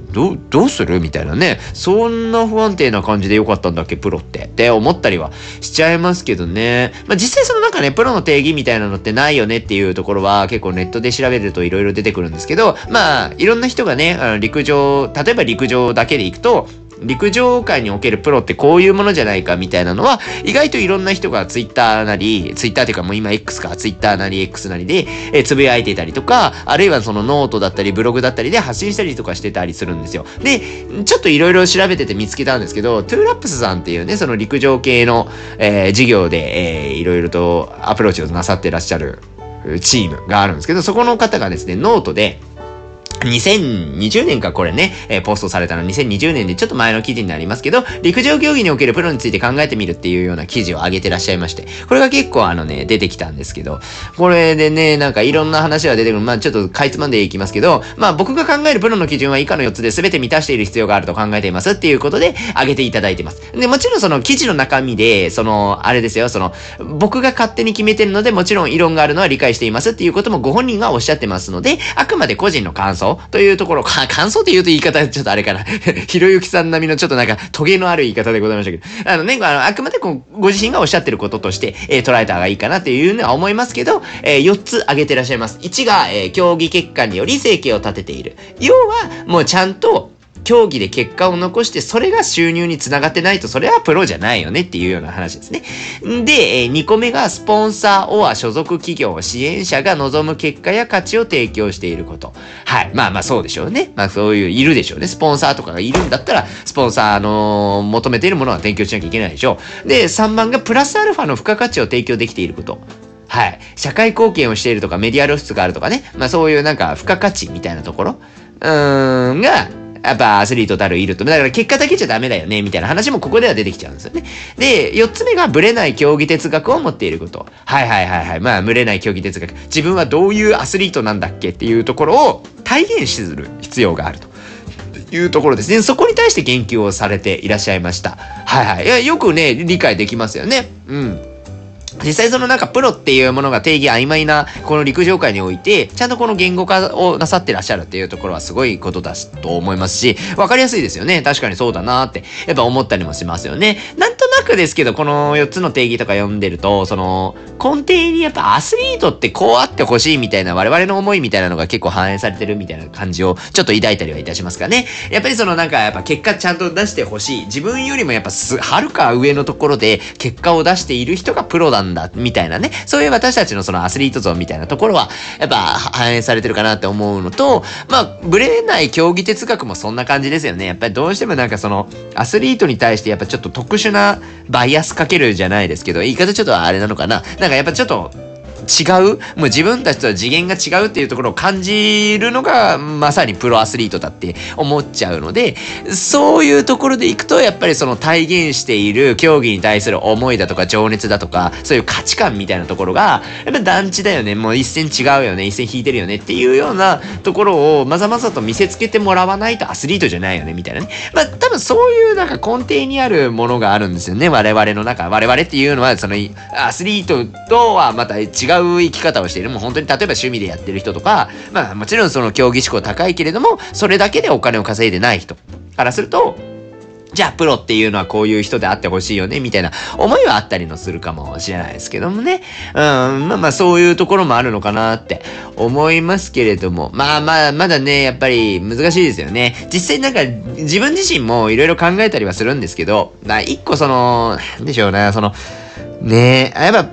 どう、どうするみたいなね。そんな不安定な感じでよかったんだっけ、プロって。って思ったりはしちゃいますけどね。まあ、実際そのなんかね、プロの定義みたいなのってないよねっていうところは結構ネットで調べると色々出てくるんですけど、まあ、いろんな人がね、あの陸上、例えば陸上だけで行くと、陸上界におけるプロってこういうものじゃないかみたいなのは、意外といろんな人がツイッターなり、ツイッターっていうかもう今 X か、ツイッターなり X なりで、えー、つぶやいてたりとか、あるいはそのノートだったりブログだったりで発信したりとかしてたりするんですよ。で、ちょっといろいろ調べてて見つけたんですけど、トゥーラップスさんっていうね、その陸上系の、えー、事業で、えー、いろいろとアプローチをなさってらっしゃるチームがあるんですけど、そこの方がですね、ノートで、にせんにじゅうねんかこれね、えー、ポストされたのにせんにじゅうねんでちょっと前の記事になりますけど、陸上競技におけるプロについて考えてみるっていうような記事を上げてらっしゃいまして、これが結構あのね、出てきたんですけど、これでね、なんかいろんな話が出てくる。まあちょっとかいつまんでいきますけど、まあ僕が考えるプロの基準は以下のよっつで全て満たしている必要があると考えていますっていうことで上げていただいてます。で、もちろんその記事の中身で、その、あれですよ、その、僕が勝手に決めてるので、もちろん異論があるのは理解していますっていうこともご本人がおっしゃってますので、あくまで個人の感想というところ、感想って言うと言い方ちょっとあれかな。ひろゆきさん並みのちょっとなんかトゲのある言い方でございましたけど。あのね、あの、あくまでこうご自身がおっしゃってることとして、えー、捉えた方がいいかなっていうのは思いますけど、えー、よっつ挙げてらっしゃいます。いちが、えー、競技結果により生計を立てている。要は、もうちゃんと、競技で結果を残して、それが収入につながってないと、それはプロじゃないよねっていうような話ですね。で、えー、にこめがスポンサーオア所属企業、支援者が望む結果や価値を提供していること。はい。まあまあそうでしょうね。まあそういう、いるでしょうね。スポンサーとかがいるんだったら、スポンサーの求めているものは提供しなきゃいけないでしょう。で、さんばんがプラスアルファの付加価値を提供できていること。はい。社会貢献をしているとか、メディア露出があるとかね。まあそういうなんか付加価値みたいなところ。うーん、が、やっぱアスリートたるいると。だから結果だけじゃダメだよね、みたいな話もここでは出てきちゃうんですよね。で、四つ目がブレない競技哲学を持っていること。はいはいはいはい。まあ、ブレない競技哲学。自分はどういうアスリートなんだっけっていうところを体現する必要があると。いうところですね。そこに対して言及をされていらっしゃいました。はいはい。いや、よくね、理解できますよね。うん。実際そのなんかプロっていうものが定義曖昧なこの陸上界において、ちゃんとこの言語化をなさってらっしゃるっていうところはすごいことだと思いますし、わかりやすいですよね。確かにそうだなーって、やっぱ思ったりもしますよね。なんとなくですけど、このよっつの定義とか読んでると、その、根底にやっぱアスリートってこうあってほしいみたいな我々の思いみたいなのが結構反映されてるみたいな感じをちょっと抱いたりはいたしますかね。やっぱりそのなんかやっぱ結果ちゃんと出してほしい。自分よりもやっぱす、はるか上のところで結果を出している人がプロなんだ、みたいなね。そういう私たちのそのアスリート像みたいなところは、やっぱ反映されてるかなって思うのと、まあ、ブレない競技哲学もそんな感じですよね。やっぱりどうしてもなんかその、アスリートに対してやっぱちょっと特殊なバイアスかけるじゃないですけど、言い方ちょっとあれなのかな。なんかやっぱちょっと、違うもう自分たちとは次元が違うっていうところを感じるのがまさにプロアスリートだって思っちゃうので、そういうところでいくとやっぱりその体現している競技に対する思いだとか情熱だとかそういう価値観みたいなところがやっぱ団地だよね、もう一線違うよね、一線引いてるよねっていうようなところをまざまざと見せつけてもらわないとアスリートじゃないよねみたいなね。まあ多分そういうなんか根底にあるものがあるんですよね。我々の中、我々っていうのはそのアスリートとはまた違う生き方をしている。もう本当に例えば趣味でやってる人とか、まあもちろんその競技志向高いけれども、それだけでお金を稼いでない人からすると、じゃあプロっていうのはこういう人であってほしいよねみたいな思いはあったりのするかもしれないですけどもね。うん、まあまあそういうところもあるのかなって思いますけれども、まあまあまだねやっぱり難しいですよね。実際なんか自分自身もいろいろ考えたりはするんですけど、まあ一個そのなんでしょうね、そのねやっぱう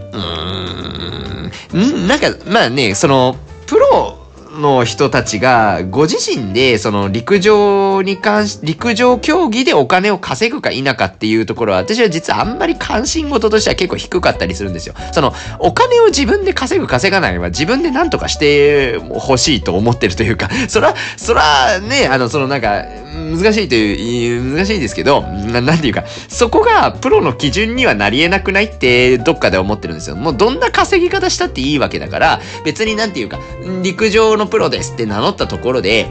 ーんなんかまあねそのプロの人たちがご自身でその陸上に関し陸上競技でお金を稼ぐか否かっていうところは私は実はあんまり関心事としては結構低かったりするんですよ。そのお金を自分で稼ぐ稼がないは自分で何とかしてほしいと思ってるというか、そらそらねあのそのなんか難しいという難しいですけど な, なんていうかそこがプロの基準にはなり得なくないってどっかで思ってるんですよ。もうどんな稼ぎ方したっていいわけだから別になんていうか陸上のプロですって名乗ったところで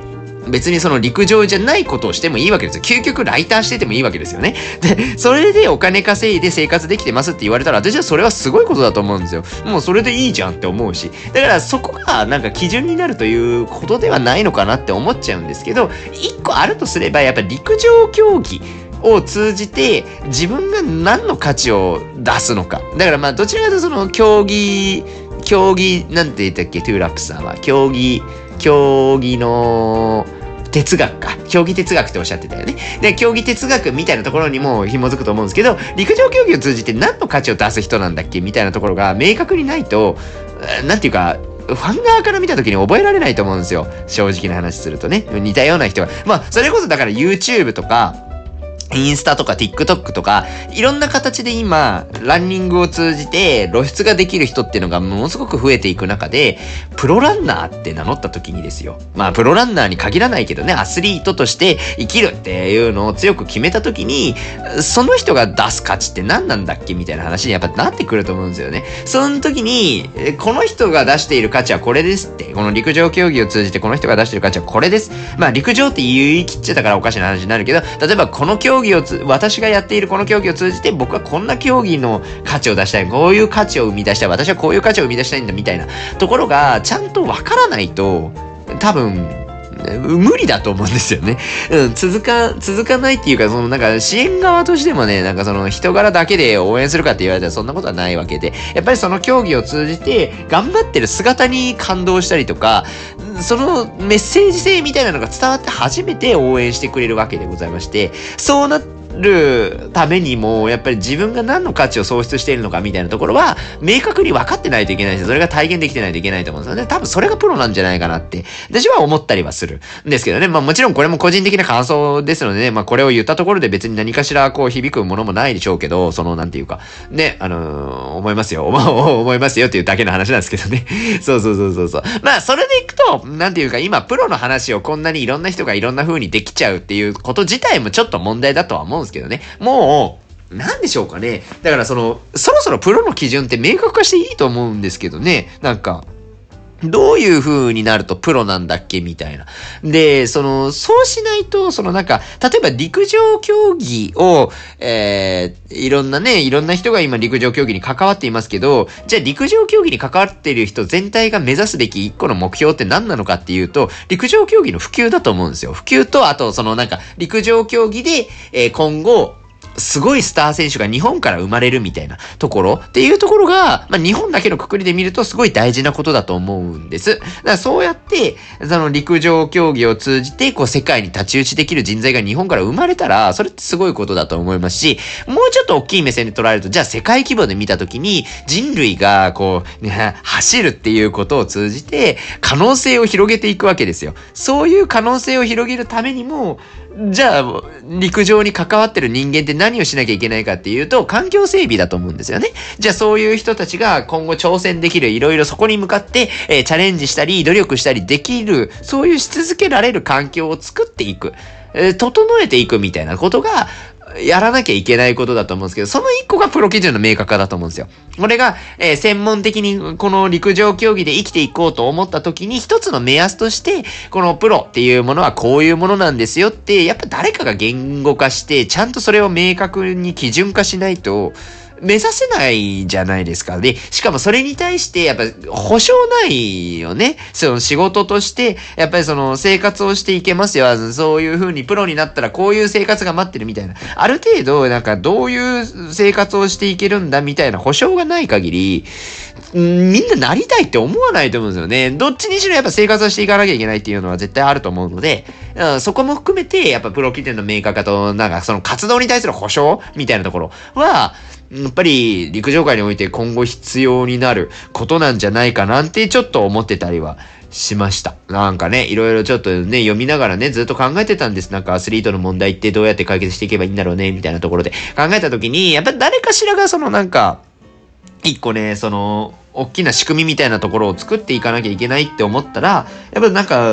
別にその陸上じゃないことをしてもいいわけですよ。究極ライターしててもいいわけですよね。で、それでお金稼いで生活できてますって言われたら、私はそれはすごいことだと思うんですよ。もうそれでいいじゃんって思うし。だからそこがなんか基準になるということではないのかなって思っちゃうんですけど、一個あるとすればやっぱり陸上競技を通じて自分が何の価値を出すのか。だからまあどちらかというとその競技、競技、なんて言ったっけ、トゥーラップさんは。競技、競技の哲学か。競技哲学っておっしゃってたよね。で、競技哲学みたいなところにも紐づくと思うんですけど、陸上競技を通じて何の価値を出す人なんだっけみたいなところが明確にないと、なんていうか、ファン側から見た時に覚えられないと思うんですよ。正直な話するとね。似たような人が。まあ、それこそだから YouTube とか、インスタとか TikTok とか、いろんな形で今、ランニングを通じて露出ができる人っていうのがものすごく増えていく中で、プロランナーって名乗った時にですよ。まあ、プロランナーに限らないけどね、アスリートとして生きるっていうのを強く決めた時に、その人が出す価値って何なんだっけみたいな話にやっぱなってくると思うんですよね。その時に、この人が出している価値はこれですって、この陸上競技を通じてこの人が出している価値はこれです。まあ、陸上って言い切っちゃったからおかしな話になるけど、例えばこの競技をつ、私がやっているこの競技を通じて僕はこんな競技の価値を出したい。こういう価値を生み出したい。私はこういう価値を生み出したいんだみたいなところがちゃんとわからないと多分無理だと思うんですよね。うん、続か、続かないっていうか、そのなんか支援側としてもね、なんかその人柄だけで応援するかって言われたらそんなことはないわけで、やっぱりその競技を通じて頑張ってる姿に感動したりとか、そのメッセージ性みたいなのが伝わって初めて応援してくれるわけでございまして、そうなってるためにもやっぱり自分が何の価値を創出しているのかみたいなところは明確に分かってないといけないし、それが体現できてないといけないと思うんですよね。多分それがプロなんじゃないかなって私は思ったりはするんですけどね。まあもちろんこれも個人的な感想ですのでね、まあこれを言ったところで別に何かしらこう響くものもないでしょうけど、そのなんていうかね、あのー、思いますよ思いますよっていうだけの話なんですけどね。そうそうそうそうそう。まあそれでいくとなんていうか、今プロの話をこんなにいろんな人がいろんな風にできちゃうっていうこと自体もちょっと問題だとは思うんですけどね。もう、なんでしょうかね。だからその、そろそろプロの基準って明確化していいと思うんですけどね。なんか、どういう風になるとプロなんだっけみたいな。で、その、そうしないと、そのなんか、例えば陸上競技を、えー、いろんなね、いろんな人が今陸上競技に関わっていますけど、じゃあ陸上競技に関わっている人全体が目指すべき一個の目標って何なのかっていうと、陸上競技の普及だと思うんですよ。普及と、あと、そのなんか、陸上競技で、えー、今後、すごいスター選手が日本から生まれるみたいなところっていうところが、まあ、日本だけの括りで見るとすごい大事なことだと思うんです。だからそうやって、その陸上競技を通じて、こう世界に太刀打ちできる人材が日本から生まれたら、それってすごいことだと思いますし、もうちょっと大きい目線で捉えると、じゃあ世界規模で見たときに、人類がこう、ね、走るっていうことを通じて、可能性を広げていくわけですよ。そういう可能性を広げるためにも、じゃあ、陸上に関わってる人間って何をしなきゃいけないかっていうと、環境整備だと思うんですよね。じゃあそういう人たちが今後挑戦できる、いろいろそこに向かって、えー、チャレンジしたり、努力したりできる、そういうし続けられる環境を作っていく、えー、整えていくみたいなことが、やらなきゃいけないことだと思うんですけど、その一個がプロ基準の明確化だと思うんですよ。これが、えー、専門的にこの陸上競技で生きていこうと思った時に一つの目安として、このプロっていうものはこういうものなんですよって、やっぱ誰かが言語化して、ちゃんとそれを明確に基準化しないと、目指せないじゃないですか。で、しかもそれに対して、やっぱ、保証ないよね。その仕事として、やっぱりその生活をしていけますよ。そういう風にプロになったらこういう生活が待ってるみたいな。ある程度、なんかどういう生活をしていけるんだみたいな保証がない限り、んみんななりたいって思わないと思うんですよね。どっちにしろやっぱ生活をしていかなきゃいけないっていうのは絶対あると思うので、うん、そこも含めて、やっぱプロ基準の明確化と、なんかその活動に対する保証みたいなところは、やっぱり陸上界において今後必要になることなんじゃないかなんてちょっと思ってたりはしました。なんかね、いろいろちょっとね、読みながらね、ずっと考えてたんです。なんかアスリートの問題ってどうやって解決していけばいいんだろうね、みたいなところで考えたときに、やっぱり誰かしらがそのなんか、一個ね、その、大きな仕組みみたいなところを作っていかなきゃいけないって思ったら、やっぱなんか、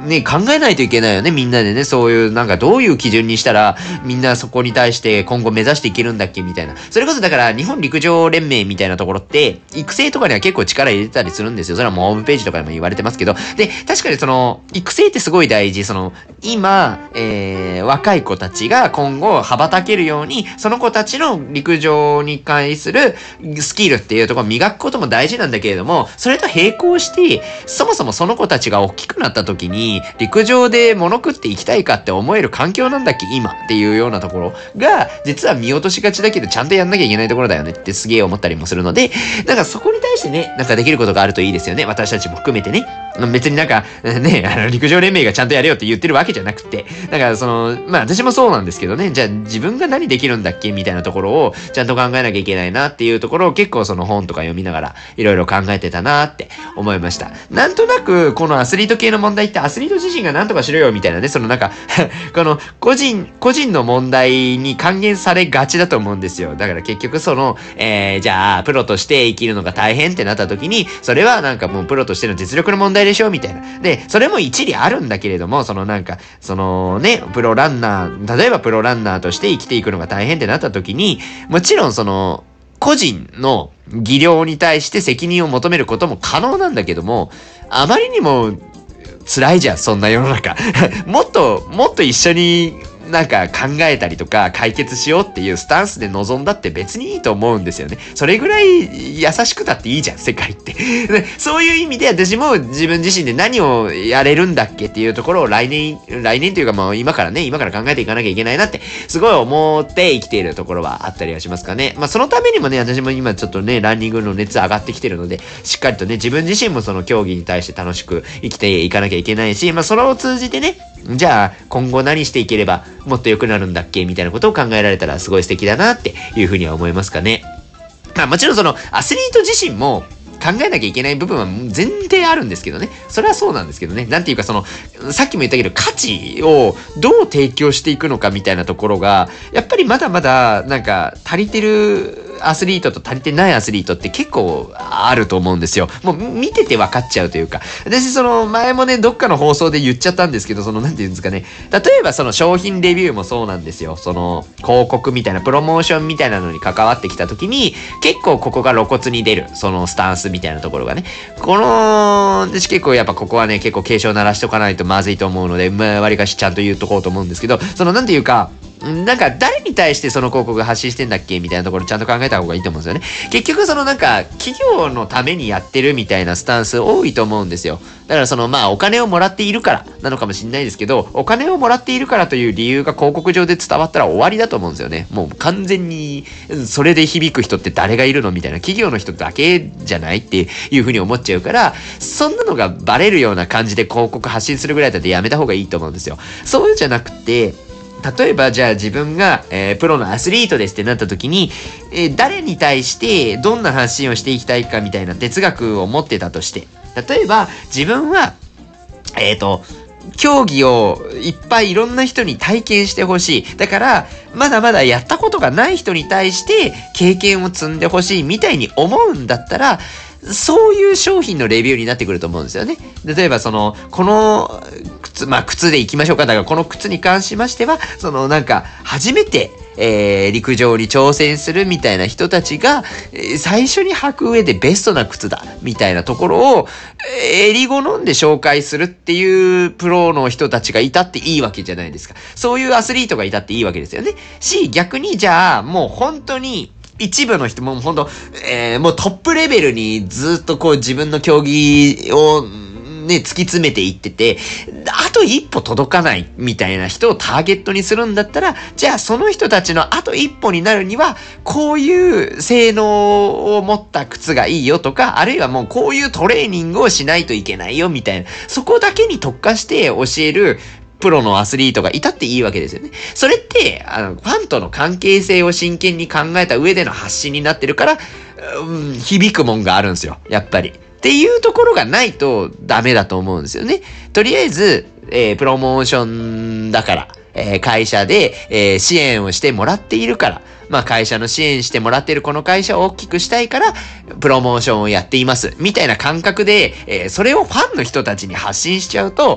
ね、考えないといけないよね、みんなでね。そういう、なんかどういう基準にしたら、みんなそこに対して今後目指していけるんだっけみたいな。それこそだから、日本陸上連盟みたいなところって、育成とかには結構力入れてたりするんですよ。それはもうホームページとかでも言われてますけど。で、確かにその、育成ってすごい大事。その、今、えー、若い子たちが今後羽ばたけるように、その子たちの陸上に関するスキルっていうところを磨くことも大事なんだけれども、それと並行して、そもそもその子たちが大きくなった時に、陸上で物食っていきたいかって思える環境なんだっけ今っていうようなところが、実は見落としがちだけど、ちゃんとやんなきゃいけないところだよねってすげえ思ったりもするので、なんかそこに対してね、なんかできることがあるといいですよね。私たちも含めてね。別になんか、ね、あの、陸上連盟がちゃんとやれよって言ってるわけじゃなくて、だからその、まあ私もそうなんですけどね、じゃあ自分が何できるんだっけみたいなところをちゃんと考えなきゃいけないなっていうところを結構その本とか読みながらいろいろ考えてたなって思いました。なんとなくこのアスリート系の問題ってアスリート自身が何とかしろよみたいなね、そのなんかこの個人、個人の問題に還元されがちだと思うんですよ。だから結局その、えー、じゃあプロとして生きるのが大変ってなった時に、それはなんかもうプロとしての実力の問題でしょみたいな。で、それも一理あるんだけれども、そのなんか、そのね、プロランナー、例えばプロランナーとして生きていくのが大変ってなった時に、もちろんその、個人の技量に対して責任を求めることも可能なんだけども、あまりにも辛いじゃん、そんな世の中。もっと、もっと一緒になんか考えたりとか解決しようっていうスタンスで臨んだって別にいいと思うんですよね。それぐらい優しくたっていいじゃん、世界って。そういう意味で私も自分自身で何をやれるんだっけっていうところを来年、来年というかもう今からね、今から考えていかなきゃいけないなってすごい思って生きているところはあったりはしますかね。まあそのためにもね、私も今ちょっとね、ランニングの熱上がってきてるので、しっかりとね、自分自身もその競技に対して楽しく生きていかなきゃいけないし、まあそれを通じてね、じゃあ今後何していければもっと良くなるんだっけみたいなことを考えられたらすごい素敵だなっていうふうには思いますかね。まあもちろんそのアスリート自身も考えなきゃいけない部分は全然あるんですけどね。それはそうなんですけどね。なんていうかその、さっきも言ったけど価値をどう提供していくのかみたいなところが、やっぱりまだまだなんか足りてるアスリートと足りてないアスリートって結構あると思うんですよ。もう見てて分かっちゃうというか。私その前もね、どっかの放送で言っちゃったんですけど、そのなんていうんですかね。例えばその商品レビューもそうなんですよ。その広告みたいな、プロモーションみたいなのに関わってきた時に、結構ここが露骨に出る、そのスタンスみたいなところがね。この、私結構やっぱここはね、結構警鐘鳴らしとかないとまずいと思うので、まあ、割かしちゃんと言うとこうと思うんですけど、そのなんていうか、なんか誰に対してその広告が発信してんだっけみたいなところちゃんと考えた方がいいと思うんですよね。結局そのなんか企業のためにやってるみたいなスタンス多いと思うんですよ。だからそのまあお金をもらっているからなのかもしれないですけど、お金をもらっているからという理由が広告上で伝わったら終わりだと思うんですよね。もう完全にそれで響く人って誰がいるのみたいな、企業の人だけじゃないっていうふうに思っちゃうから、そんなのがバレるような感じで広告発信するぐらいだってやめた方がいいと思うんですよ。そういうんじゃなくて、例えばじゃあ自分が、えー、プロのアスリートですってなった時に、えー、誰に対してどんな発信をしていきたいかみたいな哲学を持ってたとして、例えば自分はえっと競技をいっぱいいろんな人に体験してほしい。だからまだまだやったことがない人に対して経験を積んでほしいみたいに思うんだったら、そういう商品のレビューになってくると思うんですよね。例えばその、この靴、まあ靴で行きましょうか。だからこの靴に関しましては、そのなんか初めて、えー、陸上に挑戦するみたいな人たちが、えー、最初に履く上でベストな靴だみたいなところを、えー、襟好んで紹介するっていうプロの人たちがいたっていいわけじゃないですか。そういうアスリートがいたっていいわけですよね。し、逆にじゃあもう本当に一部の人もほんと、えー、もうトップレベルにずっとこう自分の競技をね、突き詰めていってて、あと一歩届かないみたいな人をターゲットにするんだったら、じゃあその人たちのあと一歩になるには、こういう性能を持った靴がいいよとか、あるいはもうこういうトレーニングをしないといけないよみたいな、そこだけに特化して教えるプロのアスリートがいたっていいわけですよね。それって、あの、ファンとの関係性を真剣に考えた上での発信になってるから、うん、響くもんがあるんですよ。やっぱり。っていうところがないとダメだと思うんですよね。とりあえず、えー、プロモーションだから、えー、会社で、えー、支援をしてもらっているから、まあ会社の支援してもらっているこの会社を大きくしたいから、プロモーションをやっています。みたいな感覚で、えー、それをファンの人たちに発信しちゃうと、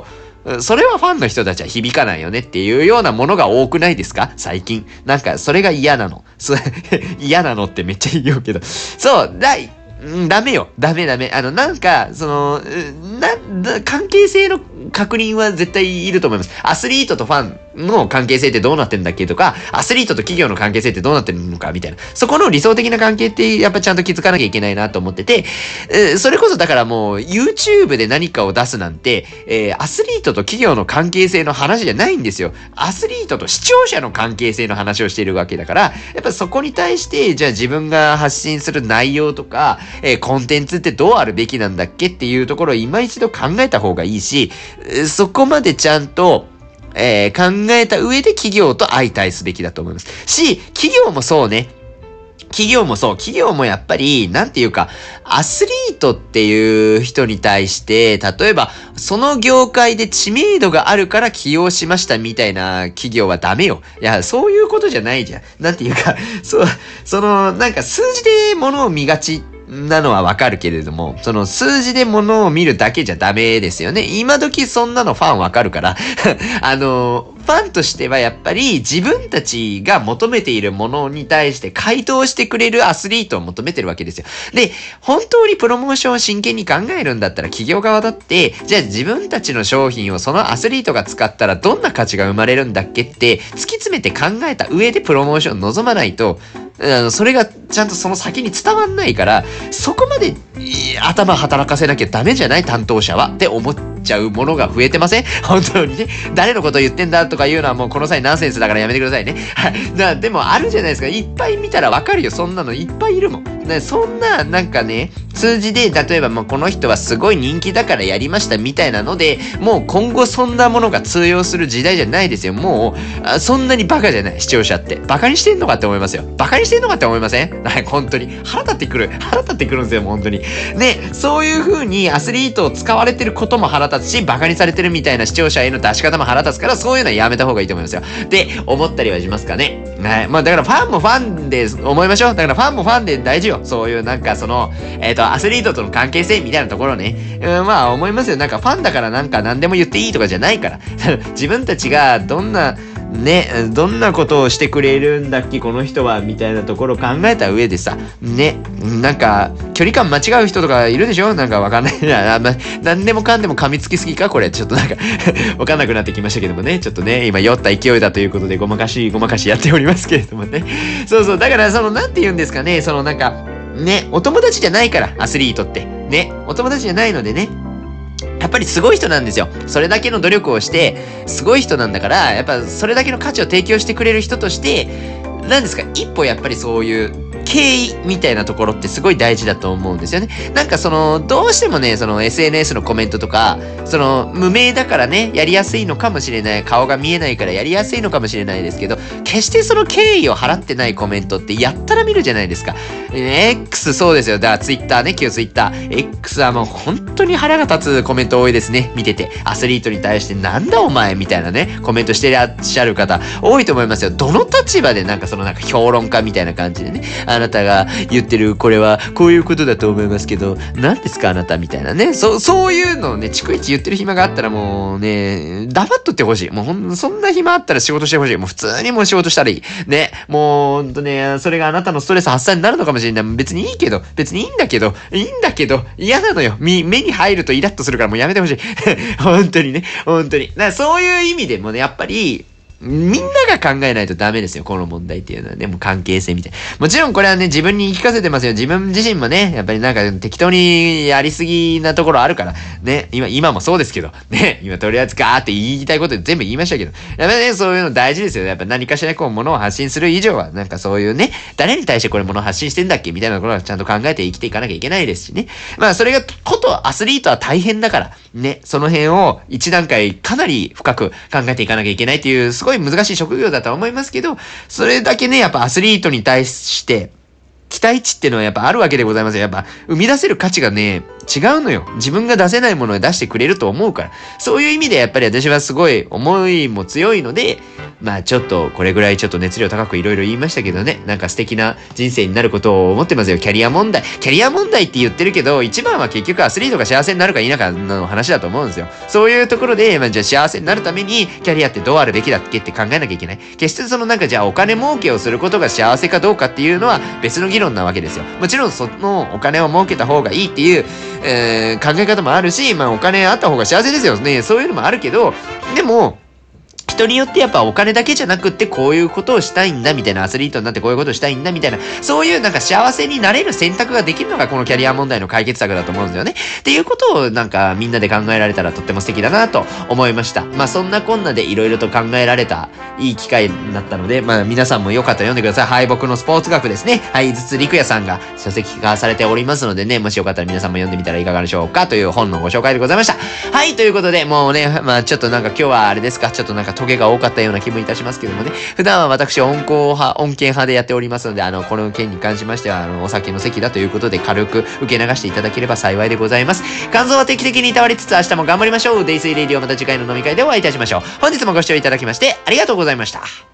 それはファンの人たちは響かないよねっていうようなものが多くないですか最近。なんか、それが嫌なの。嫌なのってめっちゃ言うけど。そう、だい、うん、ダメよ。ダメダメ。あの、なんか、その、な、関係性の確認は絶対いると思います。アスリートとファンの関係性ってどうなってんだっけとか、アスリートと企業の関係性ってどうなってるのかみたいな。そこの理想的な関係ってやっぱちゃんと気づかなきゃいけないなと思ってて、えー、それこそだからもう YouTube で何かを出すなんて、えー、アスリートと企業の関係性の話じゃないんですよ。アスリートと視聴者の関係性の話をしているわけだから、やっぱそこに対して、じゃあ自分が発信する内容とか、えー、コンテンツってどうあるべきなんだっけっていうところを今一度考えた方がいいし、そこまでちゃんと、えー、考えた上で企業と相対すべきだと思います。し、企業もそうね。企業もそう。企業もやっぱり、なんていうか、アスリートっていう人に対して、例えば、その業界で知名度があるから起用しましたみたいな企業はダメよ。いや、そういうことじゃないじゃん。なんていうか、そう、その、なんか数字で物を見がち。なのはわかるけれども、その数字で物を見るだけじゃダメですよね。今時そんなのファンわかるから。あの、ファンとしてはやっぱり自分たちが求めているものに対して回答してくれるアスリートを求めてるわけですよ。で、本当にプロモーションを真剣に考えるんだったら企業側だって、じゃあ自分たちの商品をそのアスリートが使ったらどんな価値が生まれるんだっけって突き詰めて考えた上でプロモーションを望まないと、あの、それがちゃんとその先に伝わんないから、そこまで頭働かせなきゃダメじゃない担当者はって思っちゃうものが増えてません本当にね。誰のこと言ってんだとか言うのはもうこの際ナンセンスだからやめてくださいね。はい。だでもあるじゃないですか。いっぱい見たらわかるよ。そんなのいっぱいいるもん。ね、そんな、なんかね、数字で、例えばもうこの人はすごい人気だからやりましたみたいなので、もう今後そんなものが通用する時代じゃないですよ。もう、あそんなにバカじゃない、視聴者って。バカにしてんのかって思いますよ。バカにしてんのかって思いません？はい、本当に。腹立ってくる。腹立ってくるんですよ、本当に。ね、そういう風にアスリートを使われてることも腹立つし、バカにされてるみたいな視聴者への出し方も腹立つから、そういうのはやめた方がいいと思いますよ。で、思ったりはしますかね。はい。まあだからファンもファンで思いましょう。だからファンもファンで大事よ。そういうなんかその、えっと、アスリートとの関係性みたいなところね。うん、まあ思いますよ。なんかファンだからなんか何でも言っていいとかじゃないから。自分たちがどんな、ね、どんなことをしてくれるんだっけこの人はみたいなところを考えた上でさ、ね、なんか距離感間違う人とかいるでしょなんかわかんないな、まあ、何でもかんでも噛みつきすぎかこれちょっとなんかわかんなくなってきましたけどもね、ちょっとね今酔った勢いだということでごまかしごまかしやっておりますけれどもね。そうそう、だからそのなんて言うんですかね、そのなんかね、お友達じゃないからアスリートってね、お友達じゃないのでね、やっぱりすごい人なんですよ。それだけの努力をして、すごい人なんだから、やっぱそれだけの価値を提供してくれる人として、なんですか、一歩やっぱりそういう敬意みたいなところってすごい大事だと思うんですよね。なんかその、どうしてもね、その エスエヌエス のコメントとか、その、無名だからね、やりやすいのかもしれない。顔が見えないからやりやすいのかもしれないですけど、決してその敬意を払ってないコメントってやったら見るじゃないですか。X そうですよ。だから Twitter ね、旧 Twitter。X はもう本当に腹が立つコメント多いですね。見てて。アスリートに対してなんだお前みたいなね、コメントしてらっしゃる方多いと思いますよ。どの立場でなんかそのなんか評論家みたいな感じでね、あなたが言ってるこれはこういうことだと思いますけど、何ですかあなたみたいなね。そ、そういうのをね、逐一言ってる暇があったらもうね、黙っとってほしい。もうほん、そんな暇あったら仕事してほしい。もう普通にもう仕事したらいい。ね。もうほんとね、それがあなたのストレス発散になるのかもしれない。別にいいけど、別にいいんだけど、いいんだけど、嫌なのよ。み、目に入るとイラッとするからもうやめてほしい。本当にね。本当に。だからそういう意味でもね、やっぱり、みんなが考えないとダメですよ、この問題っていうのはね、もう関係性みたいな。もちろんこれはね、自分に言い聞かせてますよ。自分自身もね、やっぱりなんか適当にやりすぎなところあるから、ね、今、今もそうですけど、ね、今とりあえずガーって言いたいこと全部言いましたけど、やっぱりね、そういうの大事ですよ。やっぱ何かしらこう、ものを発信する以上は、なんかそういうね、誰に対してこれものを発信してんだっけみたいなところはちゃんと考えて生きていかなきゃいけないですしね。まあ、それが、ことアスリートは大変だから、ね、その辺を一段階かなり深く考えていかなきゃいけないっていう、すごい難しい職業だとは思いますけど、それだけね、やっぱアスリートに対して、期待値っていうのはやっぱあるわけでございますよ。やっぱ、生み出せる価値がね、違うのよ。自分が出せないものを出してくれると思うから。そういう意味でやっぱり私はすごい思いも強いので、 まあちょっとこれぐらいちょっと熱量高くいろいろ言いましたけどね、なんか素敵な人生になることを思ってますよ。キャリア問題。キャリア問題って言ってるけど、一番は結局アスリートが幸せになるか否かの話だと思うんですよ。そういうところで、まあじゃあ幸せになるためにキャリアってどうあるべきだっけって考えなきゃいけない。決してそのなんかじゃあお金儲けをすることが幸せかどうかっていうのは別の議論なわけですよ。もちろんそのお金を儲けた方がいいっていう、えー、考え方もあるし、まあお金あった方が幸せですよね。そういうのもあるけど、でも、人によってやっぱお金だけじゃなくってこういうことをしたいんだみたいな、アスリートになってこういうことをしたいんだみたいな、そういうなんか幸せになれる選択ができるのがこのキャリア問題の解決策だと思うんですよね。っていうことをなんかみんなで考えられたらとっても素敵だなと思いました。まあそんなこんなでいろいろと考えられたいい機会になったので、まあ皆さんもよかったら読んでください。敗北のスポーツ学ですね。はい、頭津陸也さんが書籍化されておりますのでね、もしよかったら皆さんも読んでみたらいかがでしょうかという本のご紹介でございました。はい、ということでもうね、まあちょっとなんか今日はあれですか、ちょっとなんかトゲが多かったような気分いたしますけどもね、普段は私温厚派、穏健派でやっておりますので、あの、この件に関しましては、あの、お酒の席だということで軽く受け流していただければ幸いでございます。肝臓は定期的にいたわりつつ明日も頑張りましょう。デイスイレディオまた次回の飲み会でお会いいたしましょう。本日もご視聴いただきましてありがとうございました。